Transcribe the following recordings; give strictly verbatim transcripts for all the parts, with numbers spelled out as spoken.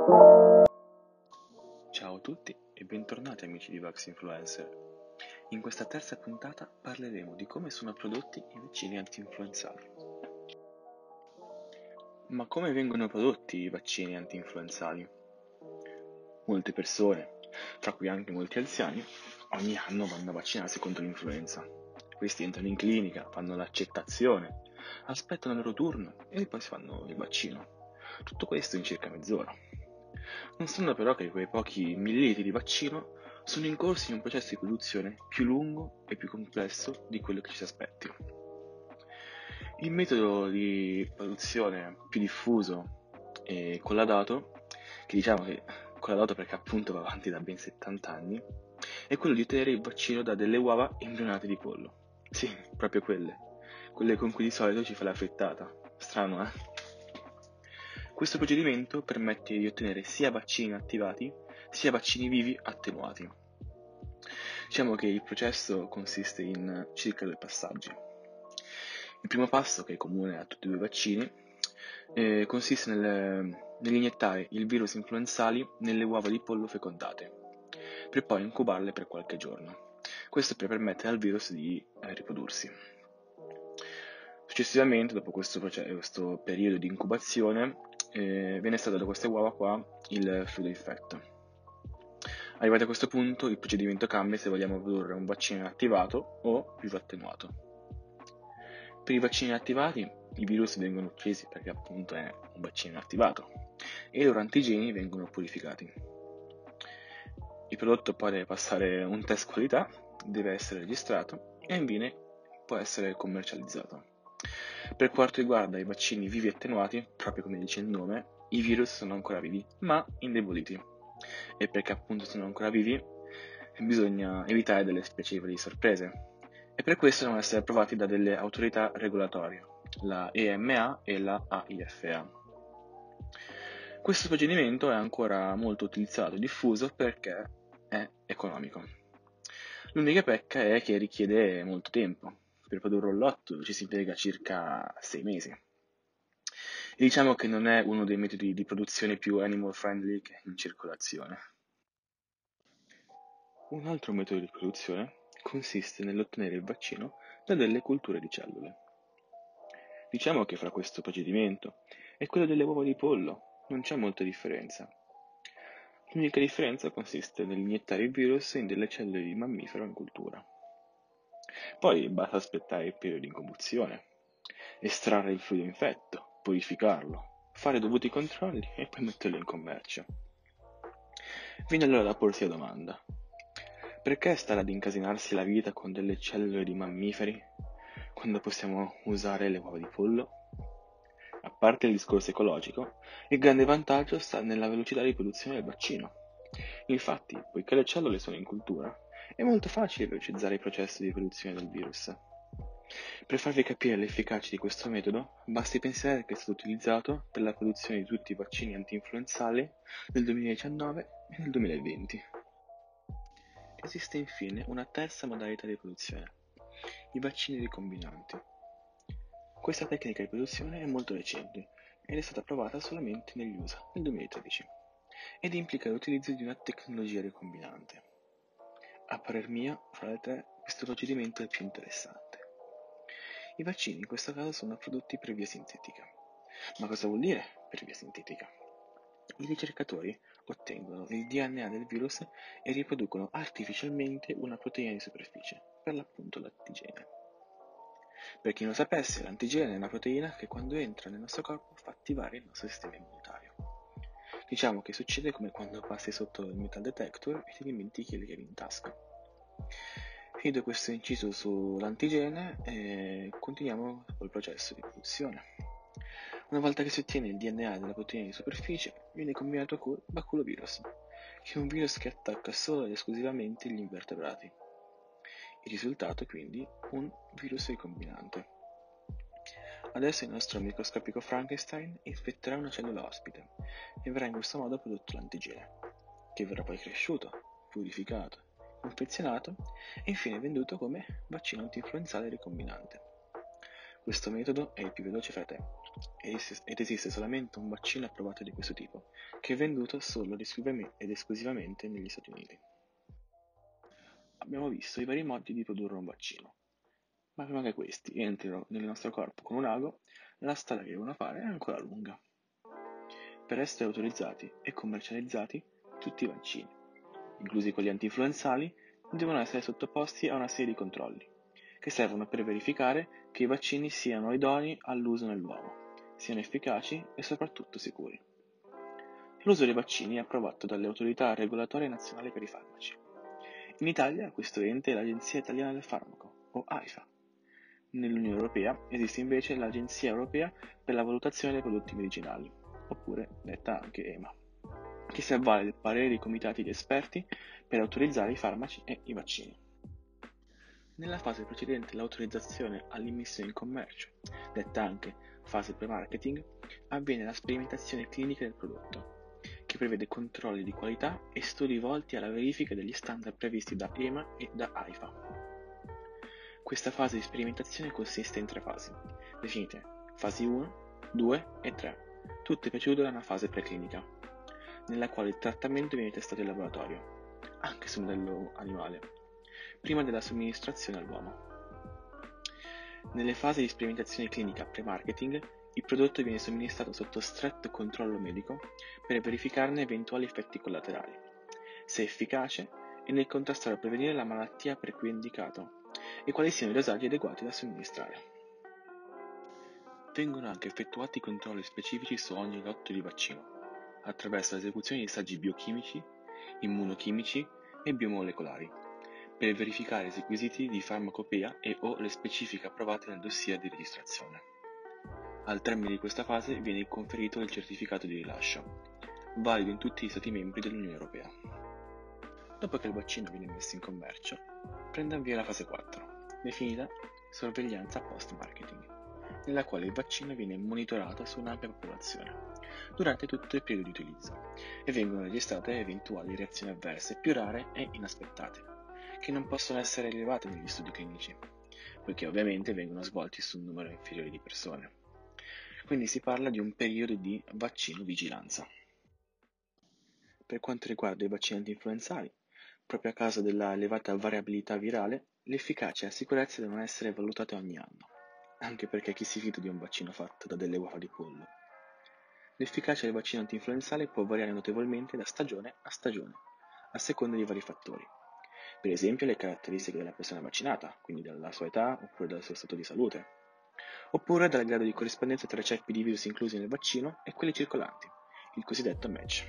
Ciao a tutti e bentornati amici di Vax Influencer. In questa terza puntata parleremo di come sono prodotti i vaccini anti-influenzali. Ma come vengono prodotti i vaccini anti-influenzali? Molte persone, tra cui anche molti anziani, ogni anno vanno a vaccinarsi contro l'influenza. Questi entrano in clinica, fanno l'accettazione, aspettano il loro turno e poi si fanno il vaccino. Tutto questo in circa mezz'ora. Non sanno però che quei pochi millilitri di vaccino sono incorsi in un processo di produzione più lungo e più complesso di quello che ci si aspetti. Il metodo di produzione più diffuso e collaudato, che diciamo che collaudato perché appunto va avanti da ben settanta anni, è quello di ottenere il vaccino da delle uova embrionate di pollo. Sì, proprio quelle, quelle con cui di solito ci fa la frittata. Strano, eh? Questo procedimento permette di ottenere sia vaccini attivati sia vaccini vivi attenuati. Diciamo che il processo consiste in circa due passaggi. Il primo passo, che è comune a tutti e due i vaccini, eh, consiste nel, nell'iniettare il virus influenzali nelle uova di pollo fecondate, per poi incubarle per qualche giorno. Questo per permettere al virus di eh, riprodursi. Successivamente, dopo questo, questo periodo di incubazione, eh, viene estratto da queste uova qua il fluido infetto. Arrivati a questo punto, il procedimento cambia se vogliamo produrre un vaccino attivato o vivo attenuato. Per i vaccini attivati, i virus vengono uccisi perché appunto è un vaccino attivato e i loro antigeni vengono purificati. Il prodotto poi deve passare un test qualità, deve essere registrato e infine può essere commercializzato. Per quanto riguarda i vaccini vivi attenuati, proprio come dice il nome, i virus sono ancora vivi, ma indeboliti. E perché appunto sono ancora vivi, bisogna evitare delle spiacevoli sorprese. E per questo devono essere approvati da delle autorità regolatorie, la E M A e la A I F A. Questo procedimento è ancora molto utilizzato e diffuso perché è economico. L'unica pecca è che richiede molto tempo. Per produrre un lotto ci si impiega circa sei mesi. E diciamo che non è uno dei metodi di produzione più animal friendly che è in circolazione. Un altro metodo di produzione consiste nell'ottenere il vaccino da delle culture di cellule. Diciamo che fra questo procedimento e quello delle uova di pollo non c'è molta differenza. L'unica differenza consiste nell'iniettare il virus in delle cellule di mammifero in cultura. Poi basta aspettare il periodo di incubazione, estrarre il fluido infetto, purificarlo, fare i dovuti controlli e poi metterlo in commercio. Viene allora da porsi la domanda: perché stare ad incasinarsi la vita con delle cellule di mammiferi quando possiamo usare le uova di pollo? A parte il discorso ecologico, il grande vantaggio sta nella velocità di produzione del vaccino. Infatti, poiché le cellule sono in cultura, è molto facile velocizzare il processo di produzione del virus. Per farvi capire l'efficacia di questo metodo, basti pensare che è stato utilizzato per la produzione di tutti i vaccini anti-influenzali nel duemiladiciannove e nel duemilaventi. Esiste infine una terza modalità di produzione, i vaccini ricombinanti. Questa tecnica di produzione è molto recente ed è stata provata solamente negli U S A nel duemilatredici ed implica l'utilizzo di una tecnologia ricombinante. A parer mio, fra le tre, questo procedimento è il più interessante. I vaccini in questo caso sono prodotti per via sintetica. Ma cosa vuol dire per via sintetica? I ricercatori ottengono il D N A del virus e riproducono artificialmente una proteina di superficie, per l'appunto l'antigene. Per chi non sapesse, l'antigene è una proteina che quando entra nel nostro corpo fa attivare il nostro sistema immunitario. Diciamo che succede come quando passi sotto il metal detector e ti dimentichi le chiavi in tasca. Chiudo questo inciso sull'antigene e continuiamo col processo di produzione. Una volta che si ottiene il D N A della proteina di superficie, viene combinato col baculovirus, che è un virus che attacca solo ed esclusivamente gli invertebrati. Il risultato è quindi un virus ricombinante. Adesso il nostro microscopico Frankenstein infetterà una cellula ospite e verrà in questo modo prodotto l'antigene, che verrà poi cresciuto, purificato, confezionato e infine venduto come vaccino antinfluenzale ricombinante. Questo metodo è il più veloce fra i tre ed esiste solamente un vaccino approvato di questo tipo, che è venduto solo ed esclusivamente negli Stati Uniti. Abbiamo visto i vari modi di produrre un vaccino, ma prima che questi entrino nel nostro corpo con un ago, la strada che devono fare è ancora lunga. Per essere autorizzati e commercializzati, tutti i vaccini, inclusi quelli anti-influenzali, devono essere sottoposti a una serie di controlli, che servono per verificare che i vaccini siano idonei all'uso nell'uomo, siano efficaci e soprattutto sicuri. L'uso dei vaccini è approvato dalle autorità regolatorie nazionali per i farmaci. In Italia questo ente è l'Agenzia Italiana del Farmaco, o AIFA. Nell'Unione Europea esiste invece l'Agenzia Europea per la Valutazione dei Prodotti Medicinali, oppure detta anche EMA, che si avvale del parere dei comitati di esperti per autorizzare i farmaci e i vaccini. Nella fase precedente all'autorizzazione all'immissione in commercio, detta anche fase pre-marketing, avviene la sperimentazione clinica del prodotto, che prevede controlli di qualità e studi volti alla verifica degli standard previsti da EMA e da AIFA. Questa fase di sperimentazione consiste in tre fasi, definite fasi uno, due e tre, tutte precedute da una fase preclinica, nella quale il trattamento viene testato in laboratorio, anche su modello animale, prima della somministrazione all'uomo. Nelle fasi di sperimentazione clinica pre-marketing, il prodotto viene somministrato sotto stretto controllo medico per verificarne eventuali effetti collaterali, se è efficace e nel contrastare o prevenire la malattia per cui è indicato, e quali siano i dosaggi adeguati da somministrare. Vengono anche effettuati controlli specifici su ogni lotto di vaccino, attraverso l'esecuzione di saggi biochimici, immunochimici e biomolecolari, per verificare i requisiti di farmacopea e o le specifiche approvate nel dossier di registrazione. Al termine di questa fase viene conferito il certificato di rilascio, valido in tutti gli Stati membri dell'Unione Europea. Dopo che il vaccino viene messo in commercio, prende avvio la fase quattro, definita sorveglianza post-marketing, nella quale il vaccino viene monitorato su un'ampia popolazione durante tutto il periodo di utilizzo e vengono registrate eventuali reazioni avverse più rare e inaspettate, che non possono essere rilevate negli studi clinici, poiché ovviamente vengono svolti su un numero inferiore di persone. Quindi si parla di un periodo di vaccino-vigilanza. Per quanto riguarda i vaccini anti-influenzali, proprio a causa della elevata variabilità virale, l'efficacia e la sicurezza devono essere valutate ogni anno, anche perché chi si fida di un vaccino fatto da delle uova di pollo? L'efficacia del vaccino anti-influenzale può variare notevolmente da stagione a stagione, a seconda di vari fattori. Per esempio le caratteristiche della persona vaccinata, quindi dalla sua età oppure dal suo stato di salute, oppure dal grado di corrispondenza tra i ceppi di virus inclusi nel vaccino e quelli circolanti, il cosiddetto match.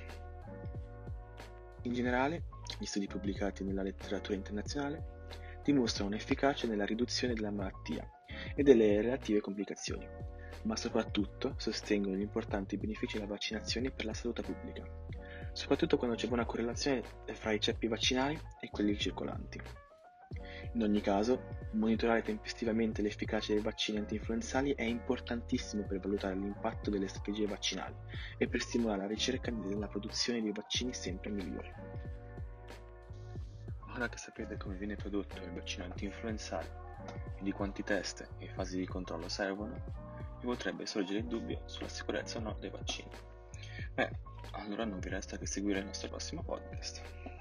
In generale, gli studi pubblicati nella letteratura internazionale dimostrano un'efficacia nella riduzione della malattia e delle relative complicazioni, ma soprattutto sostengono gli importanti benefici della vaccinazione per la salute pubblica, soprattutto quando c'è buona correlazione fra i ceppi vaccinali e quelli circolanti. In ogni caso, monitorare tempestivamente l'efficacia dei vaccini anti-influenzali è importantissimo per valutare l'impatto delle strategie vaccinali e per stimolare la ricerca nella produzione di vaccini sempre migliori. Ora che sapete come viene prodotto il vaccino anti-influenzale e di quanti test e fasi di controllo servono, vi potrebbe sorgere il dubbio sulla sicurezza o no dei vaccini. Beh, allora non vi resta che seguire il nostro prossimo podcast.